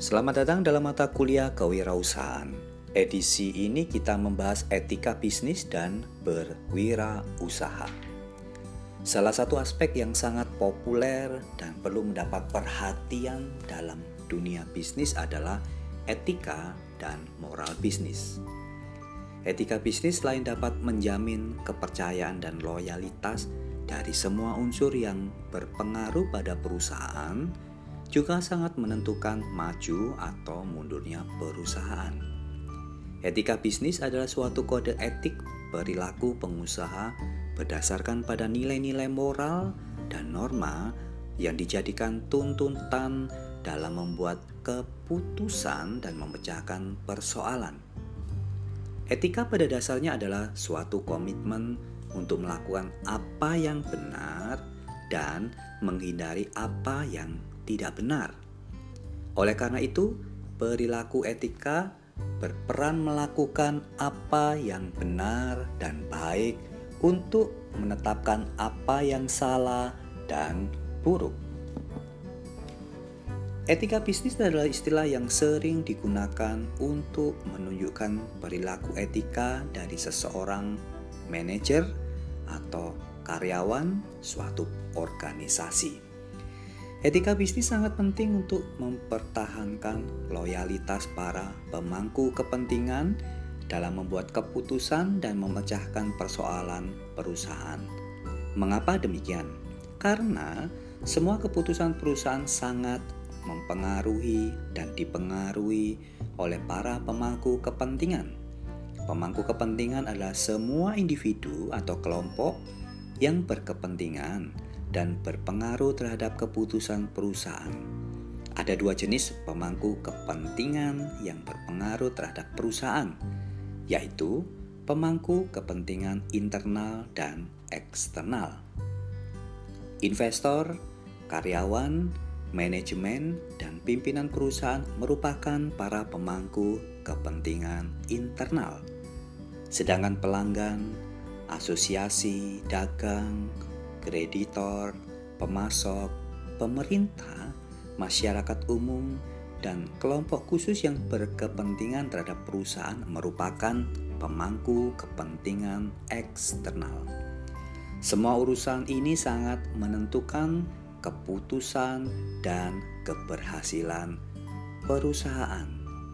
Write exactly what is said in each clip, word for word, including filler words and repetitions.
Selamat datang dalam mata kuliah kewirausahaan. Edisi ini kita membahas etika bisnis dan berwirausaha. Salah satu aspek yang sangat populer dan perlu mendapat perhatian dalam dunia bisnis adalah etika dan moral bisnis. Etika bisnis selain dapat menjamin kepercayaan dan loyalitas dari semua unsur yang berpengaruh pada perusahaan, juga sangat menentukan maju atau mundurnya perusahaan. Etika bisnis adalah suatu kode etik perilaku pengusaha berdasarkan pada nilai-nilai moral dan norma yang dijadikan tuntutan dalam membuat keputusan dan memecahkan persoalan. Etika pada dasarnya adalah suatu komitmen untuk melakukan apa yang benar dan menghindari apa yang tidak benar. Oleh karena itu, perilaku etika berperan melakukan apa yang benar dan baik untuk menetapkan apa yang salah dan buruk. Etika bisnis adalah istilah yang sering digunakan untuk menunjukkan perilaku etika dari seseorang manajer atau karyawan suatu organisasi. Etika bisnis sangat penting untuk mempertahankan loyalitas para pemangku kepentingan dalam membuat keputusan dan memecahkan persoalan perusahaan. Mengapa demikian? Karena semua keputusan perusahaan sangat mempengaruhi dan dipengaruhi oleh para pemangku kepentingan. Pemangku kepentingan adalah semua individu atau kelompok yang berkepentingan dan berpengaruh terhadap keputusan perusahaan. Ada dua jenis pemangku kepentingan yang berpengaruh terhadap perusahaan, yaitu pemangku kepentingan internal dan eksternal. Investor, karyawan, manajemen, dan pimpinan perusahaan merupakan para pemangku kepentingan internal. Sedangkan pelanggan, asosiasi, dagang, kreditor, pemasok, pemerintah, masyarakat umum, dan kelompok khusus yang berkepentingan terhadap perusahaan merupakan pemangku kepentingan eksternal. Semua urusan ini sangat menentukan keputusan dan keberhasilan perusahaan.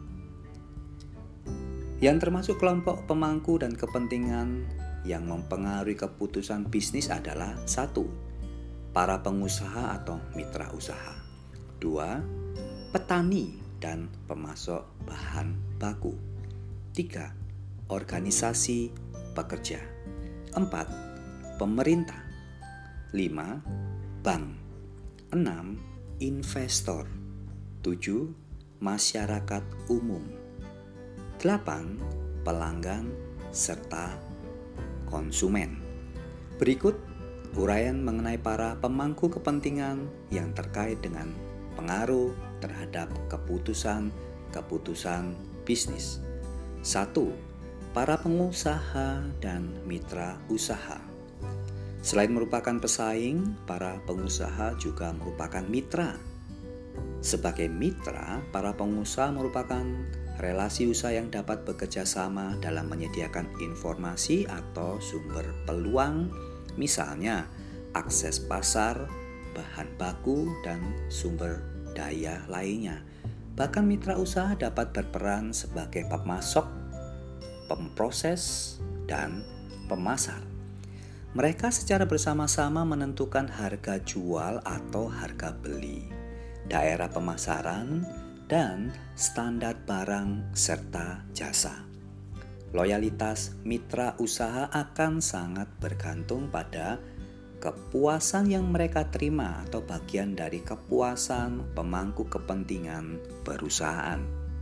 Yang termasuk kelompok pemangku dan kepentingan yang mempengaruhi keputusan bisnis adalah satu. Para pengusaha atau mitra usaha. Dua. Petani dan pemasok bahan baku. Tiga. Organisasi pekerja. Empat. Pemerintah. Lima. Bank. Enam. Investor. Tujuh. Masyarakat umum. Delapan. Pelanggan serta konsumen. Berikut uraian mengenai para pemangku kepentingan yang terkait dengan pengaruh terhadap keputusan-keputusan bisnis. Satu. Para pengusaha dan mitra usaha. Selain merupakan pesaing, para pengusaha juga merupakan mitra. Sebagai mitra, para pengusaha merupakan relasi usaha yang dapat bekerja sama dalam menyediakan informasi atau sumber peluang, misalnya akses pasar, bahan baku, dan sumber daya lainnya. Bahkan mitra usaha dapat berperan sebagai pemasok, pemproses, dan pemasar. Mereka secara bersama-sama menentukan harga jual atau harga beli, daerah pemasaran, dan standar barang serta jasa. Loyalitas mitra usaha akan sangat bergantung pada kepuasan yang mereka terima atau bagian dari kepuasan pemangku kepentingan perusahaan.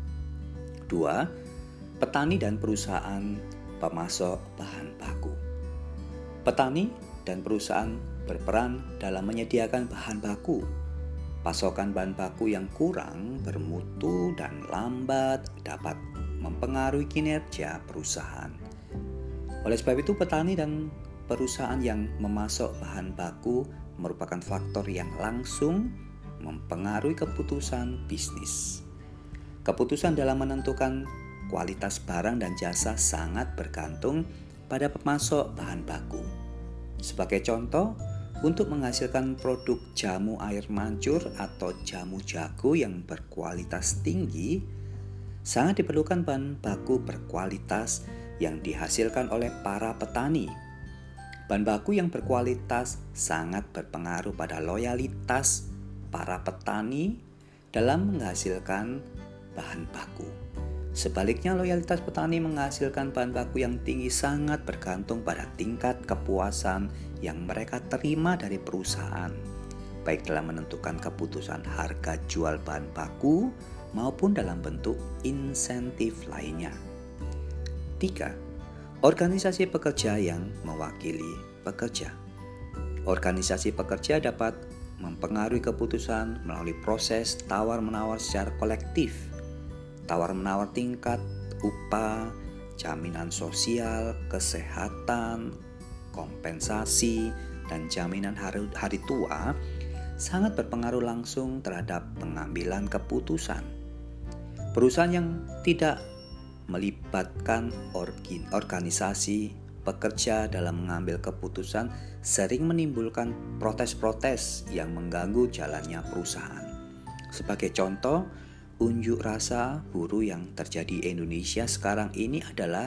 Dua. Petani dan perusahaan pemasok bahan baku. Petani dan perusahaan berperan dalam menyediakan bahan baku. Pasokan bahan baku yang kurang, bermutu, dan lambat dapat mempengaruhi kinerja perusahaan. Oleh sebab itu, petani dan perusahaan yang memasok bahan baku merupakan faktor yang langsung mempengaruhi keputusan bisnis. Keputusan dalam menentukan kualitas barang dan jasa sangat bergantung pada pemasok bahan baku. Sebagai contoh, untuk menghasilkan produk jamu air mancur atau jamu jago yang berkualitas tinggi, sangat diperlukan bahan baku berkualitas yang dihasilkan oleh para petani. Bahan baku yang berkualitas sangat berpengaruh pada loyalitas para petani dalam menghasilkan bahan baku. Sebaliknya, loyalitas petani menghasilkan bahan baku yang tinggi sangat bergantung pada tingkat kepuasan yang mereka terima dari perusahaan, baik dalam menentukan keputusan harga jual bahan baku maupun dalam bentuk insentif lainnya. Tiga. Organisasi pekerja yang mewakili pekerja. Organisasi pekerja dapat mempengaruhi keputusan melalui proses tawar-menawar secara kolektif. Tawar-menawar tingkat upah, jaminan sosial, kesehatan, kompensasi, dan jaminan hari, hari tua sangat berpengaruh langsung terhadap pengambilan keputusan. Perusahaan yang tidak melibatkan organ, organisasi pekerja dalam mengambil keputusan sering menimbulkan protes-protes yang mengganggu jalannya perusahaan. Sebagai contoh, unjuk rasa buruh yang terjadi di Indonesia sekarang ini adalah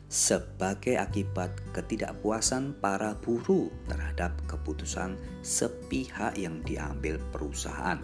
sebagai akibat ketidakpuasan para buruh terhadap keputusan sepihak yang diambil perusahaan.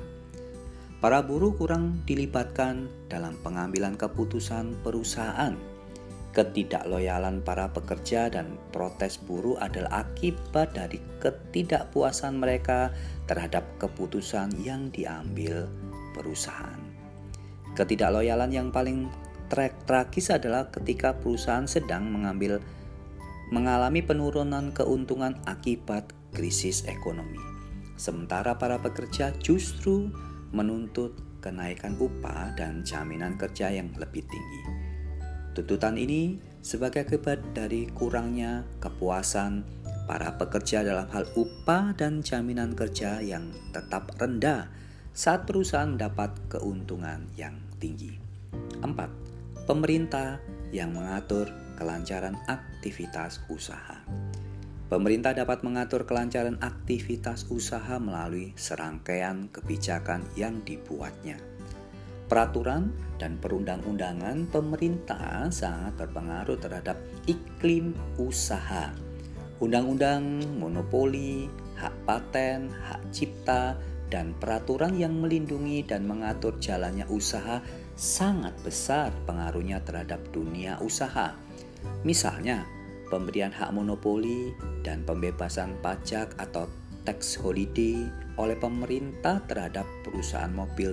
Para buruh kurang dilibatkan dalam pengambilan keputusan perusahaan. Ketidakloyalan para pekerja dan protes buruh adalah akibat dari ketidakpuasan mereka terhadap keputusan yang diambil perusahaan. Ketidakloyalan yang paling tra- tragis adalah ketika perusahaan sedang mengambil mengalami penurunan keuntungan akibat krisis ekonomi. Sementara para pekerja justru menuntut kenaikan upah dan jaminan kerja yang lebih tinggi. Tuntutan ini sebagai akibat dari kurangnya kepuasan para pekerja dalam hal upah dan jaminan kerja yang tetap rendah saat perusahaan mendapat keuntungan yang tinggi. Empat. Pemerintah yang mengatur kelancaran aktivitas usaha. Pemerintah dapat mengatur kelancaran aktivitas usaha melalui serangkaian kebijakan yang dibuatnya. Peraturan dan perundang-undangan pemerintah sangat berpengaruh terhadap iklim usaha. Undang-undang monopoli, hak paten, hak cipta, dan peraturan yang melindungi dan mengatur jalannya usaha sangat besar pengaruhnya terhadap dunia usaha. Misalnya, pemberian hak monopoli dan pembebasan pajak atau tax holiday oleh pemerintah terhadap perusahaan mobil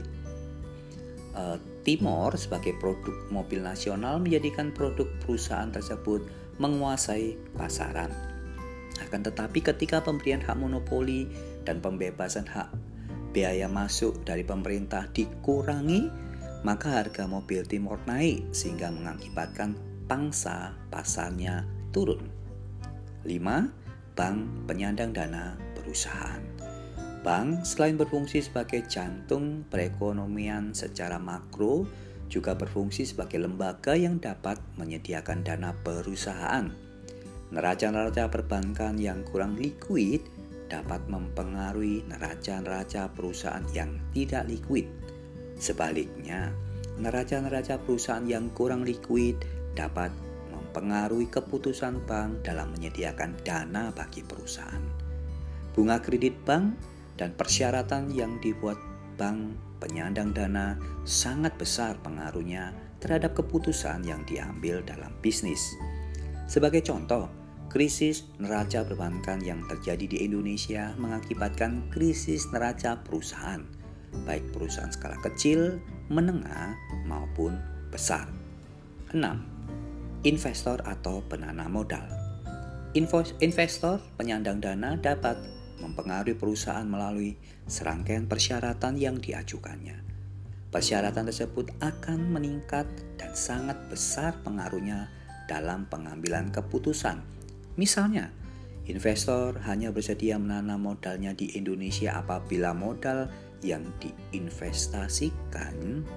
uh, Timor sebagai produk mobil nasional menjadikan produk perusahaan tersebut menguasai pasaran. Akan tetapi ketika pemberian hak monopoli dan pembebasan hak biaya masuk dari pemerintah dikurangi, maka harga mobil Timor naik sehingga mengakibatkan pangsa pasarnya turun. Lima. Bank penyandang dana perusahaan. Bank selain berfungsi sebagai jantung perekonomian secara makro, juga berfungsi sebagai lembaga yang dapat menyediakan dana perusahaan. Neraca-neraca perbankan yang kurang likuid dapat mempengaruhi neraca-neraca perusahaan yang tidak likuid. Sebaliknya, neraca-neraca perusahaan yang kurang likuid dapat mempengaruhi keputusan bank dalam menyediakan dana bagi perusahaan. Bunga kredit bank dan persyaratan yang dibuat bank penyandang dana sangat besar pengaruhnya terhadap keputusan yang diambil dalam bisnis. Sebagai contoh, krisis neraca perbankan yang terjadi di Indonesia mengakibatkan krisis neraca perusahaan, baik perusahaan skala kecil, menengah, maupun besar. Enam. Investor atau penanam modal. Investor penyandang dana dapat mempengaruhi perusahaan melalui serangkaian persyaratan yang diajukannya. Persyaratan tersebut akan meningkat dan sangat besar pengaruhnya dalam pengambilan keputusan. Misalnya, investor hanya bersedia menanam modalnya di Indonesia apabila modal yang diinvestasikan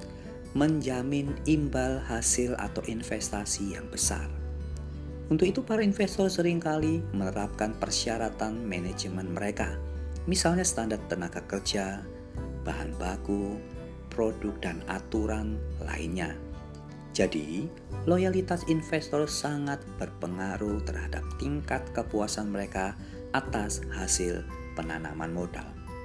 menjamin imbal hasil atau investasi yang besar. Untuk itu para investor seringkali menerapkan persyaratan manajemen mereka, misalnya standar tenaga kerja, bahan baku, produk dan aturan lainnya. Jadi, loyalitas investor sangat berpengaruh terhadap tingkat kepuasan mereka atas hasil penanaman modal.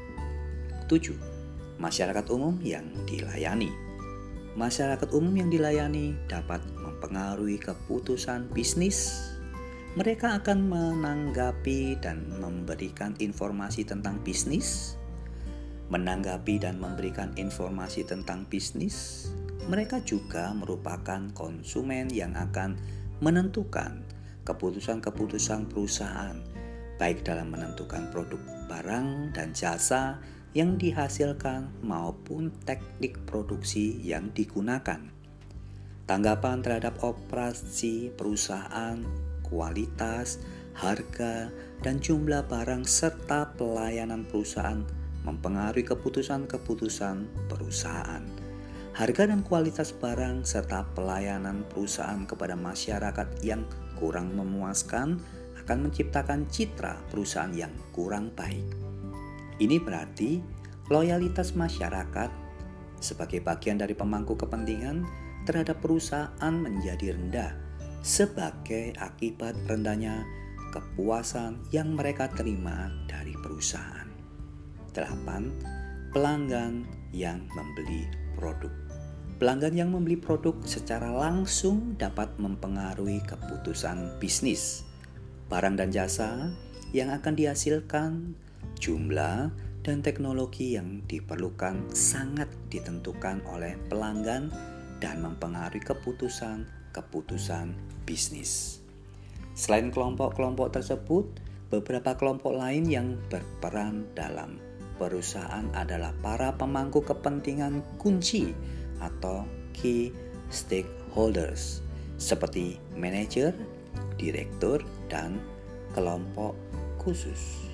tujuh. Masyarakat umum yang dilayani. Masyarakat umum yang dilayani dapat mempengaruhi keputusan bisnis. Mereka akan menanggapi dan memberikan informasi tentang bisnis. Menanggapi dan memberikan informasi tentang bisnis. Mereka juga merupakan konsumen yang akan menentukan keputusan-keputusan perusahaan, baik dalam menentukan produk barang dan jasa yang dihasilkan maupun teknik produksi yang digunakan. Tanggapan terhadap operasi perusahaan, kualitas, harga, dan jumlah barang serta pelayanan perusahaan mempengaruhi keputusan-keputusan perusahaan. Harga dan kualitas barang serta pelayanan perusahaan kepada masyarakat yang kurang memuaskan akan menciptakan citra perusahaan yang kurang baik. Ini berarti loyalitas masyarakat sebagai bagian dari pemangku kepentingan terhadap perusahaan menjadi rendah sebagai akibat rendahnya kepuasan yang mereka terima dari perusahaan. delapan. Pelanggan yang membeli produk. Pelanggan yang membeli produk secara langsung dapat mempengaruhi keputusan bisnis. Barang dan jasa yang akan dihasilkan, jumlah dan teknologi yang diperlukan sangat ditentukan oleh pelanggan dan mempengaruhi keputusan-keputusan bisnis. Selain kelompok-kelompok tersebut, beberapa kelompok lain yang berperan dalam perusahaan adalah para pemangku kepentingan kunci atau key stakeholders seperti manajer, direktur, dan kelompok khusus.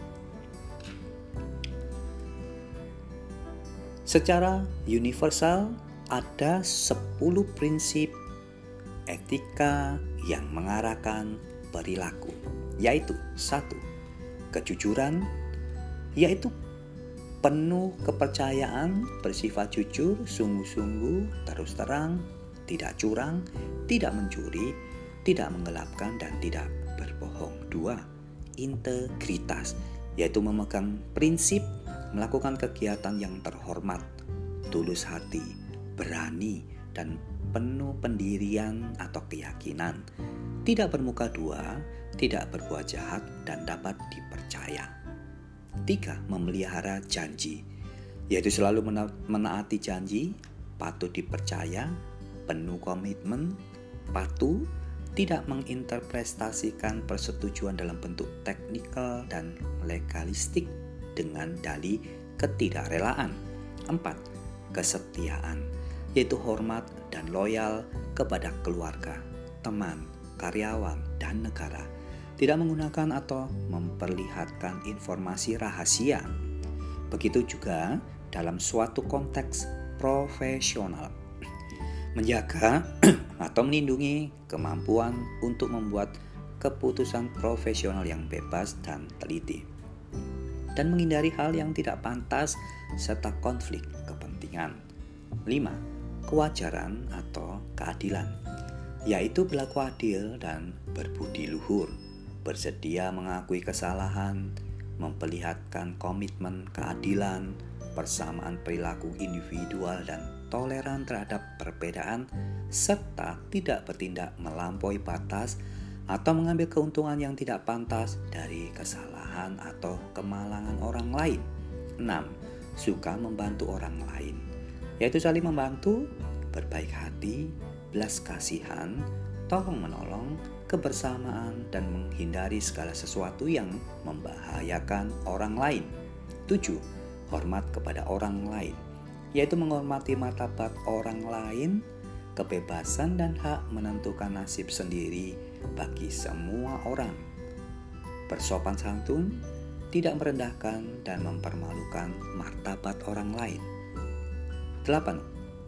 Secara universal ada sepuluh prinsip etika yang mengarahkan perilaku, yaitu satu. Kejujuran, yaitu penuh kepercayaan, bersifat jujur, sungguh-sungguh, terus terang, tidak curang, tidak mencuri, tidak menggelapkan, dan tidak berbohong. Dua. Integritas, yaitu memegang prinsip melakukan kegiatan yang terhormat, tulus hati, berani, dan penuh pendirian atau keyakinan, tidak bermuka dua, tidak berbuat jahat, dan dapat dipercaya. Tiga. Memelihara janji, yaitu selalu mena- menaati janji, patut dipercaya, penuh komitmen, patuh, tidak menginterpretasikan persetujuan dalam bentuk teknikal dan legalistik dengan dalih ketidakrelaan. Empat. Kesetiaan, yaitu hormat dan loyal kepada keluarga, teman, karyawan, dan negara. Tidak menggunakan atau memperlihatkan informasi rahasia. Begitu juga dalam suatu konteks profesional. Menjaga atau melindungi kemampuan untuk membuat keputusan profesional yang bebas dan teliti. Dan menghindari hal yang tidak pantas serta konflik kepentingan. Lima. Kewajaran atau keadilan, yaitu berlaku adil dan berbudi luhur, bersedia mengakui kesalahan, memperlihatkan komitmen keadilan, persamaan perilaku individual dan toleran terhadap perbedaan, serta tidak bertindak melampaui batas atau mengambil keuntungan yang tidak pantas dari kesalahan atau kemalangan orang lain. Enam. Suka membantu orang lain, yaitu saling membantu, berbaik hati, belas kasihan, tolong menolong, kebersamaan, dan menghindari segala sesuatu yang membahayakan orang lain. Tujuh. Hormat kepada orang lain, yaitu menghormati martabat orang lain, kebebasan dan hak menentukan nasib sendiri bagi semua orang. Bersopan santun, tidak merendahkan dan mempermalukan martabat orang lain. Delapan.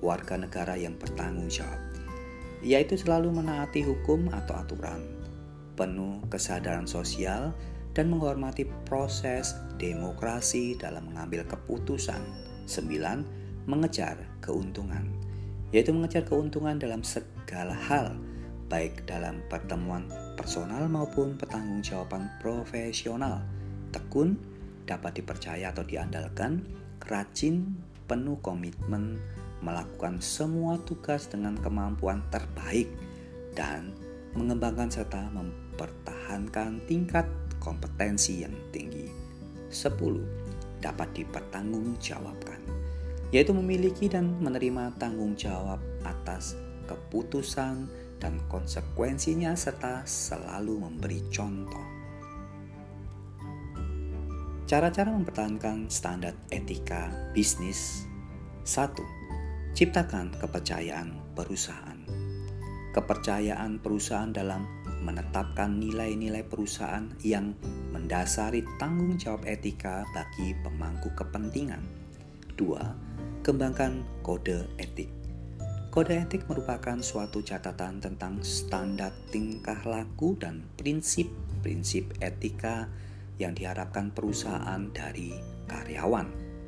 warga negara yang bertanggung jawab, yaitu selalu menaati hukum atau aturan, penuh kesadaran sosial, dan menghormati proses demokrasi dalam mengambil keputusan. Sembilan, mengejar keuntungan, yaitu mengejar keuntungan dalam segala hal, baik dalam pertemuan personal maupun pertanggungjawaban profesional. Tekun, dapat dipercaya atau diandalkan, rajin, penuh komitmen, melakukan semua tugas dengan kemampuan terbaik, dan mengembangkan serta mempertahankan tingkat kompetensi yang tinggi. Sepuluh, dapat dipertanggungjawabkan, yaitu memiliki dan menerima tanggung jawab atas keputusan dan konsekuensinya serta selalu memberi contoh. Cara-cara mempertahankan standar etika bisnis. Satu. Ciptakan kepercayaan perusahaan. Kepercayaan perusahaan dalam menetapkan nilai-nilai perusahaan yang mendasari tanggung jawab etika bagi pemangku kepentingan. Dua, kembangkan kode etik. Kode etik merupakan suatu catatan tentang standar tingkah laku dan prinsip-prinsip etika yang diharapkan perusahaan dari karyawan.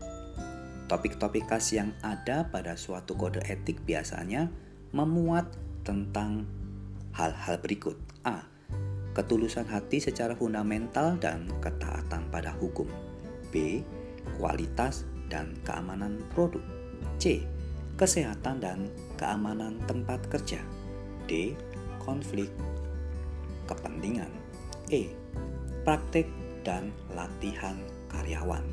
Topik-topik khas yang ada pada suatu kode etik biasanya memuat tentang hal-hal berikut. A. Ketulusan hati secara fundamental dan ketaatan pada hukum. B. Kualitas dan keamanan produk. C. Kesehatan dan keamanan tempat kerja. D. Konflik kepentingan. E. Praktek dan latihan karyawan.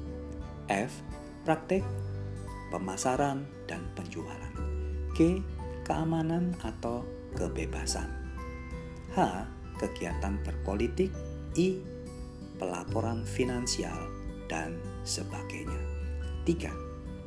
F. Praktek pemasaran dan penjualan. G. Keamanan atau kebebasan. H. Kegiatan berpolitik. I. Pelaporan finansial dan sebagainya. Tiga.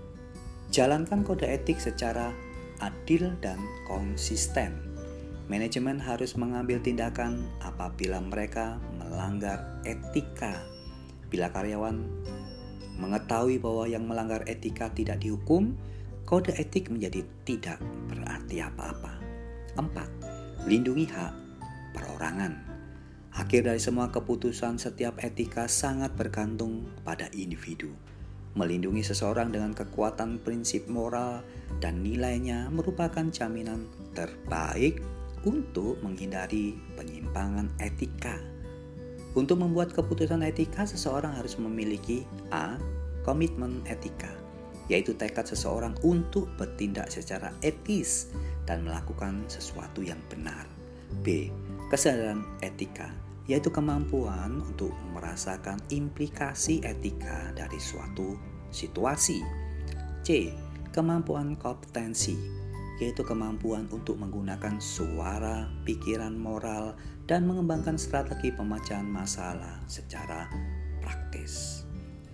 Jalankan kode etik secara adil dan konsisten. Manajemen harus mengambil tindakan apabila mereka melanggar etika. Bila karyawan mengetahui bahwa yang melanggar etika tidak dihukum, kode etik menjadi tidak berarti apa-apa. Empat. Lindungi hak perorangan. Akhir dari semua keputusan setiap etika sangat bergantung pada individu. Melindungi seseorang dengan kekuatan prinsip moral dan nilainya merupakan jaminan terbaik untuk menghindari penyimpangan etika. Untuk membuat keputusan etika, seseorang harus memiliki A. Komitmen etika, yaitu tekad seseorang untuk bertindak secara etis dan melakukan sesuatu yang benar. B. Kesadaran etika, yaitu kemampuan untuk merasakan implikasi etika dari suatu situasi. C. Kemampuan kompetensi, yaitu kemampuan untuk menggunakan suara, pikiran moral, dan mengembangkan strategi pemecahan masalah secara praktis.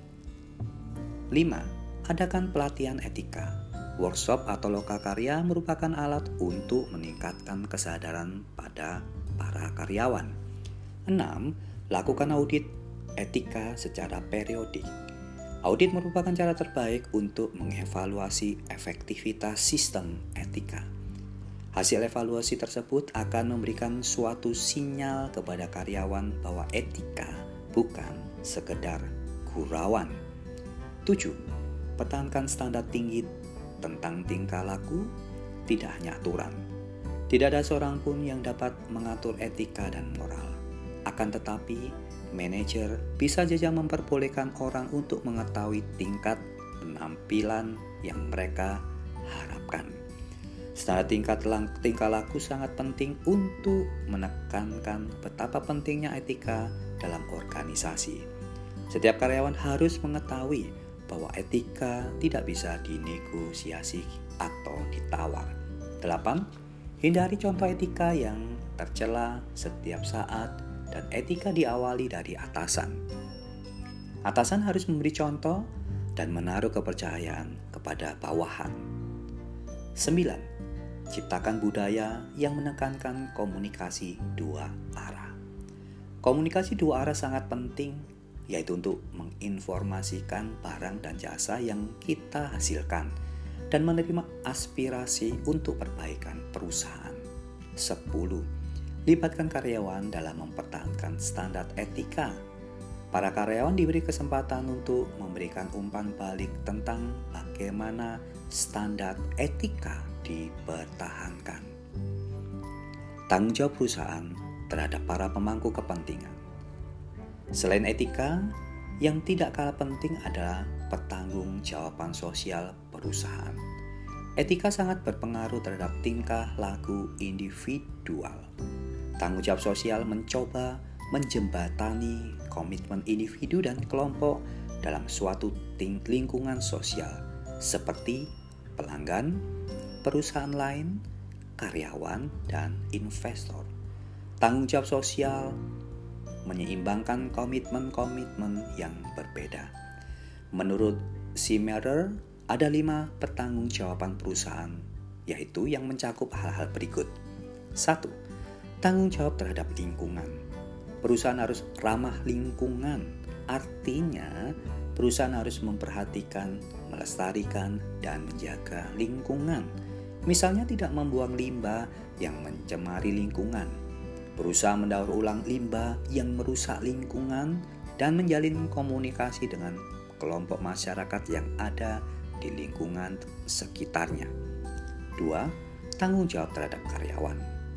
lima. Adakan pelatihan etika. Workshop atau lokakarya merupakan alat untuk meningkatkan kesadaran pada para karyawan. enam. Lakukan audit etika secara periodik. Audit merupakan cara terbaik untuk mengevaluasi efektivitas sistem etika. Hasil evaluasi tersebut akan memberikan suatu sinyal kepada karyawan bahwa etika bukan sekedar gurauan. tujuh. Pertahankan standar tinggi tentang tingkah laku, tidak hanya aturan. Tidak ada seorang pun yang dapat mengatur etika dan moral. Akan tetapi, manajer bisa saja memperbolehkan orang untuk mengetahui tingkat penampilan yang mereka harapkan. Standar tingkat tingkah laku sangat penting untuk menekankan betapa pentingnya etika dalam organisasi. Setiap karyawan harus mengetahui bahwa etika tidak bisa dinegosiasi atau ditawar. delapan. Hindari contoh etika yang tercela setiap saat dan etika diawali dari atasan. Atasan harus memberi contoh dan menaruh kepercayaan kepada bawahan. sembilan. Ciptakan budaya yang menekankan komunikasi dua arah. Komunikasi dua arah sangat penting, yaitu untuk menginformasikan barang dan jasa yang kita hasilkan dan menerima aspirasi untuk perbaikan perusahaan. sepuluh. Libatkan karyawan dalam mempertahankan standar etika. Para karyawan diberi kesempatan untuk memberikan umpan balik tentang bagaimana standar etika dipertahankan. Tanggung jawab perusahaan terhadap para pemangku kepentingan. Selain etika, yang tidak kalah penting adalah pertanggungjawaban sosial perusahaan. Etika sangat berpengaruh terhadap tingkah laku individual. Tanggung jawab sosial mencoba menjembatani komitmen individu dan kelompok dalam suatu lingkungan sosial seperti pelanggan, perusahaan lain, karyawan, dan investor. Tanggung jawab sosial menyeimbangkan komitmen-komitmen yang berbeda. Menurut Schindler, ada lima pertanggungjawaban perusahaan, yaitu yang mencakup hal-hal berikut. Satu. Tanggung jawab terhadap lingkungan. Perusahaan harus ramah lingkungan, artinya perusahaan harus memperhatikan, melestarikan, dan menjaga lingkungan. Misalnya tidak membuang limbah yang mencemari lingkungan, berusaha mendaur ulang limbah yang merusak lingkungan, dan menjalin komunikasi dengan kelompok masyarakat yang ada di lingkungan sekitarnya. Dua. Tanggung jawab terhadap karyawan.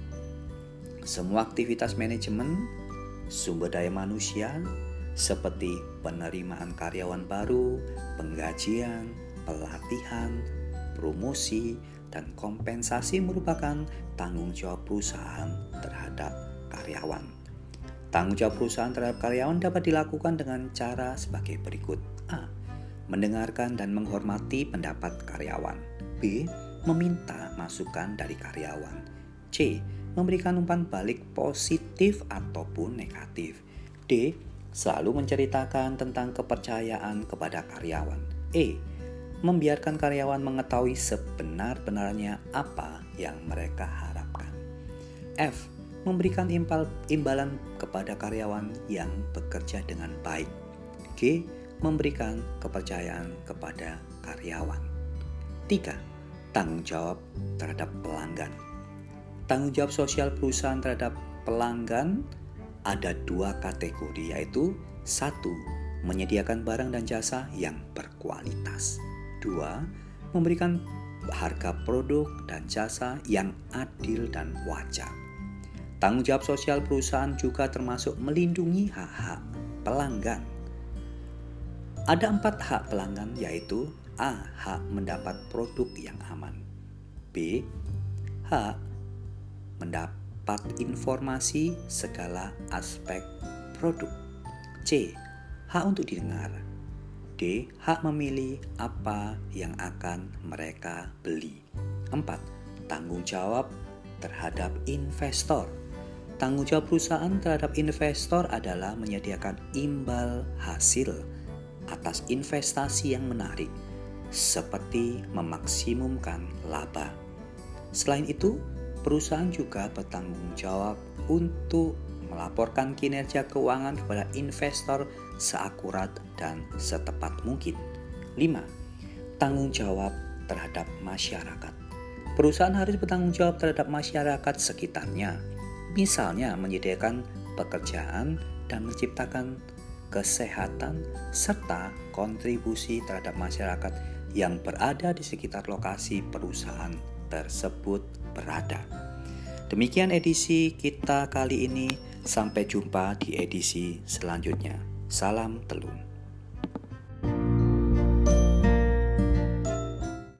Semua aktivitas manajemen sumber daya manusia seperti penerimaan karyawan baru, penggajian, pelatihan, promosi, dan kompensasi merupakan tanggung jawab perusahaan terhadap karyawan. Tanggung jawab perusahaan terhadap karyawan dapat dilakukan dengan cara sebagai berikut. A. Mendengarkan dan menghormati pendapat karyawan. B. Meminta masukan dari karyawan. C. Memberikan umpan balik positif ataupun negatif. D. Selalu menceritakan tentang kepercayaan kepada karyawan. E. Membiarkan karyawan mengetahui sebenar-benarnya apa yang mereka harapkan. F. Memberikan imbal, imbalan kepada karyawan yang bekerja dengan baik. G. Memberikan kepercayaan kepada karyawan. Tiga. Tanggung jawab terhadap pelanggan. Tanggung jawab sosial perusahaan terhadap pelanggan ada dua kategori, yaitu satu. Menyediakan barang dan jasa yang berkualitas. Dua. Memberikan harga produk dan jasa yang adil dan wajar. Tanggung jawab sosial perusahaan juga termasuk melindungi hak-hak pelanggan. Ada empat hak pelanggan, yaitu A. Hak mendapat produk yang aman. B. Hak mendapat informasi segala aspek produk. C. Hak untuk didengar. D. Hak memilih apa yang akan mereka beli. Empat. Tanggung jawab terhadap investor. Tanggung jawab perusahaan terhadap investor adalah menyediakan imbal hasil atas investasi yang menarik, seperti memaksimumkan laba. Selain itu, perusahaan juga bertanggung jawab untuk melaporkan kinerja keuangan kepada investor seakurat dan setepat mungkin. Lima. Tanggung jawab terhadap masyarakat. Perusahaan harus bertanggung jawab terhadap masyarakat sekitarnya, misalnya menyediakan pekerjaan dan menciptakan kesehatan serta kontribusi terhadap masyarakat yang berada di sekitar lokasi perusahaan tersebut berada. Demikian edisi kita kali ini. Sampai jumpa di edisi selanjutnya. Salam telur.